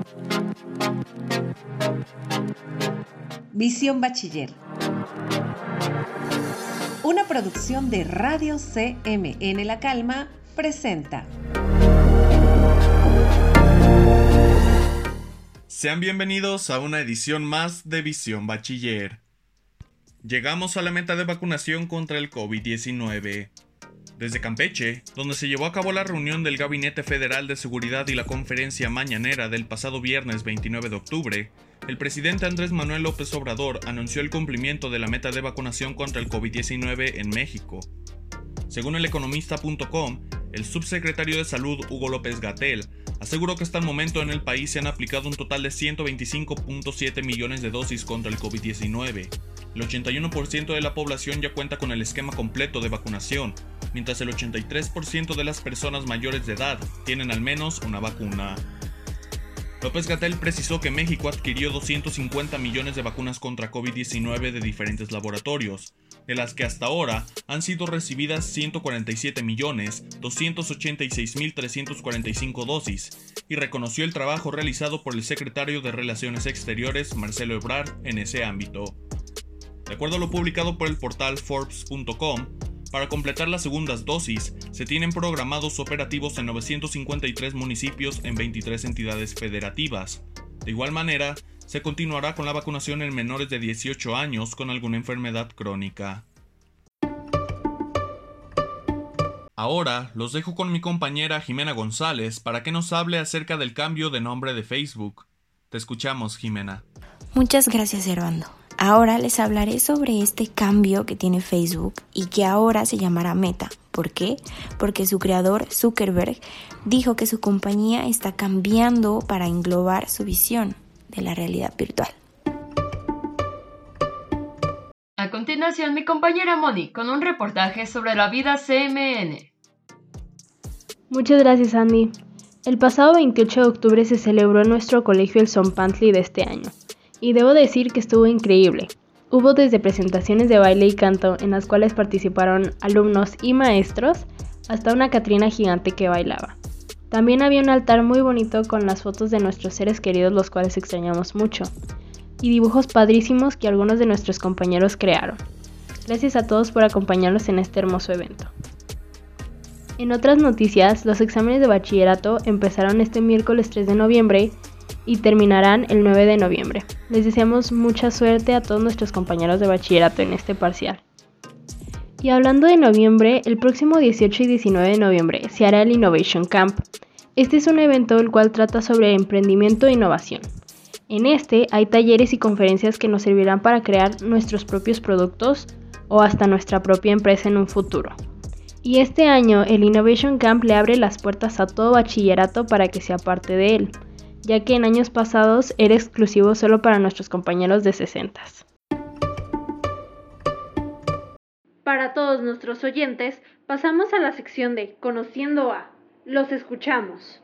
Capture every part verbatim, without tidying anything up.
Visión Bachiller. Una producción de Radio C M N La Calma presenta. Sean bienvenidos a una edición más de Visión Bachiller. Llegamos a la meta de vacunación contra el COVID diecinueve. Desde Campeche, donde se llevó a cabo la reunión del Gabinete Federal de Seguridad y la conferencia mañanera del pasado viernes veintinueve de octubre, el presidente Andrés Manuel López Obrador anunció el cumplimiento de la meta de vacunación contra el COVID diecinueve en México. Según el economista punto com, el subsecretario de Salud Hugo López-Gatell aseguró que hasta el momento en el país se han aplicado un total de ciento veinticinco punto siete millones de dosis contra el COVID diecinueve. El ochenta y uno por ciento de la población ya cuenta con el esquema completo de vacunación, mientras el ochenta y tres por ciento de las personas mayores de edad tienen al menos una vacuna. López-Gatell precisó que México adquirió doscientos cincuenta millones de vacunas contra COVID diecinueve de diferentes laboratorios, de las que hasta ahora han sido recibidas ciento cuarenta y siete millones doscientos ochenta y seis mil trescientas cuarenta y cinco dosis, y reconoció el trabajo realizado por el secretario de Relaciones Exteriores, Marcelo Ebrard, en ese ámbito. De acuerdo a lo publicado por el portal Forbes punto com, para completar las segundas dosis, se tienen programados operativos en novecientos cincuenta y tres municipios en veintitrés entidades federativas. De igual manera, se continuará con la vacunación en menores de dieciocho años con alguna enfermedad crónica. Ahora los dejo con mi compañera Jimena González para que nos hable acerca del cambio de nombre de Facebook. Te escuchamos, Jimena. Muchas gracias, Servando. Ahora les hablaré sobre este cambio que tiene Facebook y que ahora se llamará Meta. ¿Por qué? Porque su creador, Zuckerberg, dijo que su compañía está cambiando para englobar su visión de la realidad virtual. A continuación, mi compañera Moni con un reportaje sobre la vida C M N. Muchas gracias, Andy. El pasado veintiocho de octubre se celebró en nuestro colegio el Zompantli de este año. Y debo decir que estuvo increíble. Hubo desde presentaciones de baile y canto en las cuales participaron alumnos y maestros, hasta una Catrina gigante que bailaba. También había un altar muy bonito con las fotos de nuestros seres queridos, los cuales extrañamos mucho, y dibujos padrísimos que algunos de nuestros compañeros crearon. Gracias a todos por acompañarnos en este hermoso evento. En otras noticias, los exámenes de bachillerato empezaron este miércoles tres de noviembre y terminarán el nueve de noviembre. Les deseamos mucha suerte a todos nuestros compañeros de bachillerato en este parcial. Y hablando de noviembre, el próximo dieciocho y diecinueve de noviembre se hará el Innovation Camp. Este es un evento el cual trata sobre emprendimiento e innovación. En este hay talleres y conferencias que nos servirán para crear nuestros propios productos o hasta nuestra propia empresa en un futuro. Y este año el Innovation Camp le abre las puertas a todo bachillerato para que sea parte de él, ya que en años pasados era exclusivo solo para nuestros compañeros de sesentas. Para todos nuestros oyentes, pasamos a la sección de Conociendo a. Los escuchamos.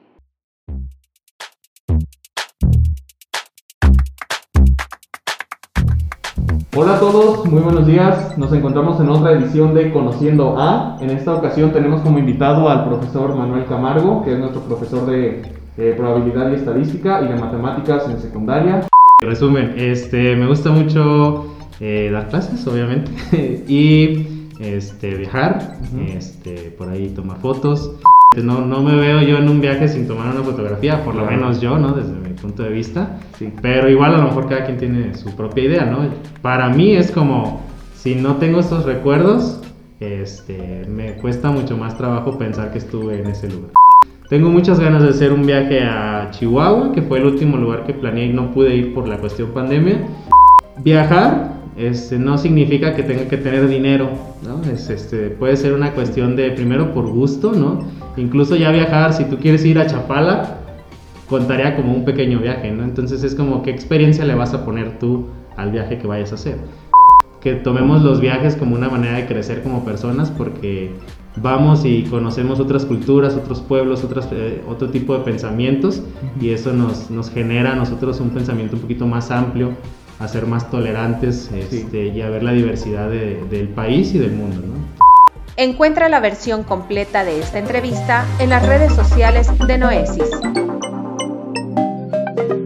Hola a todos, muy buenos días. Nos encontramos en otra edición de Conociendo a. En esta ocasión tenemos como invitado al profesor Manuel Camargo, que es nuestro profesor de eh, probabilidad y estadística y de matemáticas en secundaria. Resumen, este, me gusta mucho eh, dar clases, obviamente, y este, viajar, uh-huh. este, por ahí tomar fotos. No, no me veo yo en un viaje sin tomar una fotografía, por lo menos yo, ¿no? Desde mi punto de vista. Sí. Pero igual a lo mejor cada quien tiene su propia idea, ¿no? Para mí es como, si no tengo estos recuerdos, este, me cuesta mucho más trabajo pensar que estuve en ese lugar. Tengo muchas ganas de hacer un viaje a Chihuahua, que fue el último lugar que planeé y no pude ir por la cuestión pandemia. Viajar este, no significa que tenga que tener dinero, ¿no? Es, este, puede ser una cuestión de, primero, por gusto, ¿no? Incluso ya viajar, si tú quieres ir a Chapala, contaría como un pequeño viaje, ¿no? Entonces es como, ¿qué experiencia le vas a poner tú al viaje que vayas a hacer? Que tomemos los viajes como una manera de crecer como personas, porque vamos y conocemos otras culturas, otros pueblos, otras, eh, otro tipo de pensamientos, y eso nos, nos genera a nosotros un pensamiento un poquito más amplio, a ser más tolerantes este, sí. y a ver la diversidad de, del país y del mundo, ¿no? Encuentra la versión completa de esta entrevista en las redes sociales de Noesis.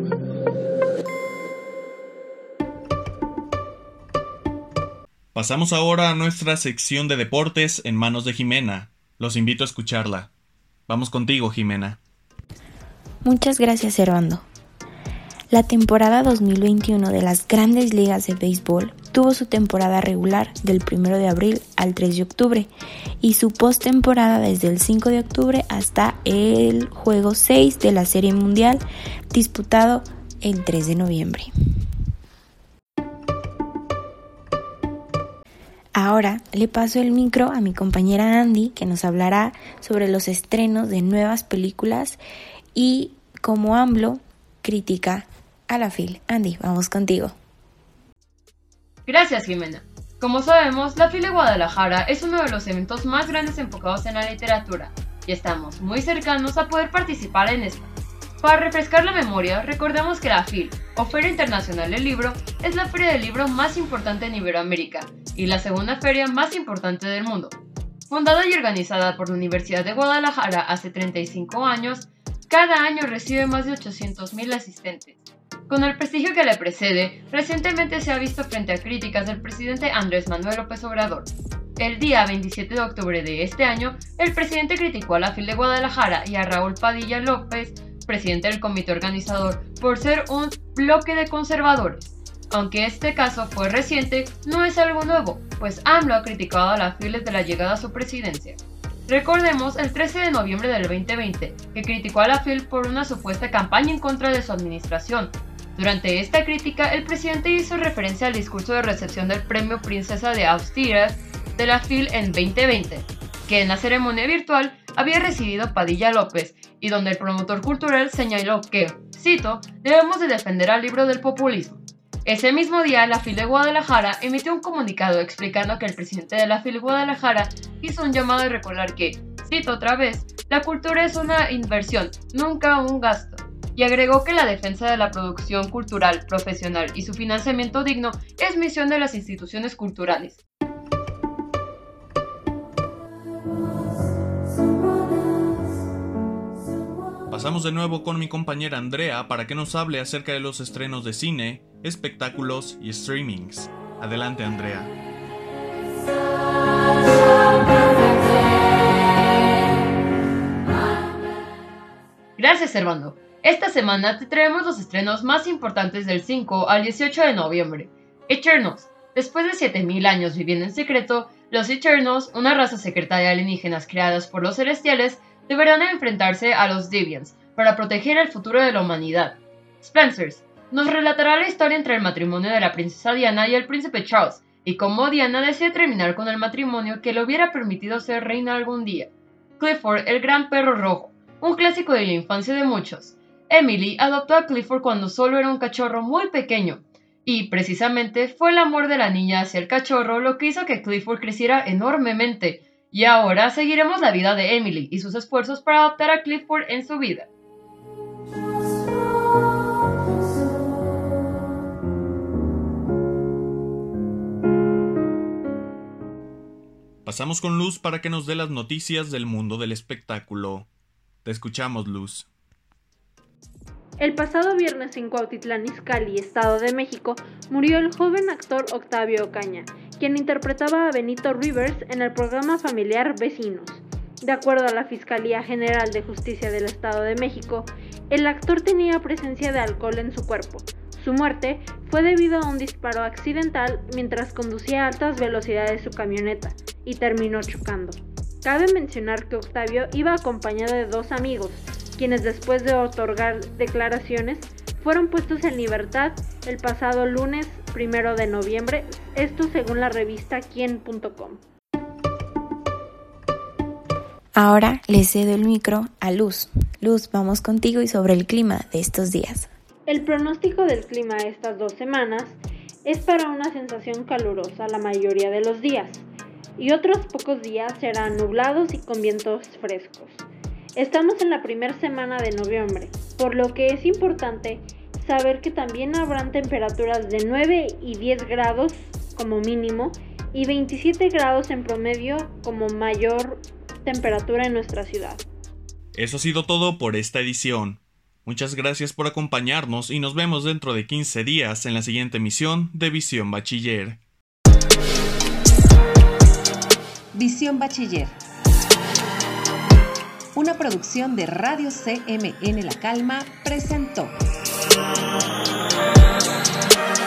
Pasamos ahora a nuestra sección de deportes en manos de Jimena. Los invito a escucharla. Vamos contigo, Jimena. Muchas gracias, Servando. La temporada dos mil veintiuno de las Grandes Ligas de Béisbol tuvo su temporada regular del primero de abril al tres de octubre y su postemporada desde el cinco de octubre hasta el juego seis de la Serie Mundial disputado el tres de noviembre. Ahora le paso el micro a mi compañera Andy, que nos hablará sobre los estrenos de nuevas películas y cómo AMLO critica a la F I L. Andy, vamos contigo. Gracias, Jimena. Como sabemos, la F I L de Guadalajara es uno de los eventos más grandes enfocados en la literatura y estamos muy cercanos a poder participar en esta. Para refrescar la memoria, recordemos que la F I L, o Feria Internacional del Libro, es la feria del libro más importante en Iberoamérica y la segunda feria más importante del mundo. Fundada y organizada por la Universidad de Guadalajara hace treinta y cinco años, cada año recibe más de ochocientos mil asistentes. Con el prestigio que le precede, recientemente se ha visto frente a críticas del presidente Andrés Manuel López Obrador. El día veintisiete de octubre de este año, el presidente criticó a la F I L de Guadalajara y a Raúl Padilla López, presidente del comité organizador, por ser un bloque de conservadores. Aunque este caso fue reciente, no es algo nuevo, pues AMLO ha criticado a la F I L desde la llegada a su presidencia. Recordemos el trece de noviembre del veinte veinte, que criticó a la F I L por una supuesta campaña en contra de su administración. Durante esta crítica, el presidente hizo referencia al discurso de recepción del Premio Princesa de Asturias de la F I L en veinte veinte, que en la ceremonia virtual había recibido Padilla López, y donde el promotor cultural señaló que, cito, debemos de defender al libro del populismo. Ese mismo día, la F I L de Guadalajara emitió un comunicado explicando que el presidente de la F I L de Guadalajara hizo un llamado a recordar que, cito otra vez, la cultura es una inversión, nunca un gasto, y agregó que la defensa de la producción cultural profesional y su financiamiento digno es misión de las instituciones culturales. Pasamos de nuevo con mi compañera Andrea para que nos hable acerca de los estrenos de cine, espectáculos y streamings. Adelante, Andrea. Gracias, Servando. Esta semana te traemos los estrenos más importantes del cinco al dieciocho de noviembre. Eternals. Después de siete mil años viviendo en secreto, los Eternals, una raza secreta de alienígenas creadas por los celestiales, deberán enfrentarse a los Deviants para proteger el futuro de la humanidad. Spencers nos relatará la historia entre el matrimonio de la princesa Diana y el príncipe Charles, y cómo Diana decide terminar con el matrimonio que le hubiera permitido ser reina algún día. Clifford, el gran perro rojo, un clásico de la infancia de muchos. Emily adoptó a Clifford cuando solo era un cachorro muy pequeño, y precisamente fue el amor de la niña hacia el cachorro lo que hizo que Clifford creciera enormemente. Y ahora seguiremos la vida de Emily y sus esfuerzos para adoptar a Clifford en su vida. Pasamos con Luz para que nos dé las noticias del mundo del espectáculo. Te escuchamos, Luz. El pasado viernes en Cuautitlán Izcalli, Estado de México, murió el joven actor Octavio Ocaña, quien interpretaba a Benito Rivers en el programa familiar Vecinos. De acuerdo a la Fiscalía General de Justicia del Estado de México, el actor tenía presencia de alcohol en su cuerpo. Su muerte fue debido a un disparo accidental mientras conducía a altas velocidades su camioneta y terminó chocando. Cabe mencionar que Octavio iba acompañado de dos amigos, quienes después de otorgar declaraciones fueron puestos en libertad el pasado lunes primero de noviembre, esto según la revista Quién punto com. Ahora le cedo el micro a Luz. Luz, vamos contigo y sobre el clima de estos días. El pronóstico del clima estas dos semanas es para una sensación calurosa la mayoría de los días, y otros pocos días serán nublados y con vientos frescos. Estamos en la primera semana de noviembre, por lo que es importante saber que también habrán temperaturas de nueve y diez grados como mínimo y veintisiete grados en promedio como mayor temperatura en nuestra ciudad. Eso ha sido todo por esta edición. Muchas gracias por acompañarnos y nos vemos dentro de quince días en la siguiente emisión de Visión Bachiller. Visión Bachiller. Una producción de Radio C M N La Calma presentó.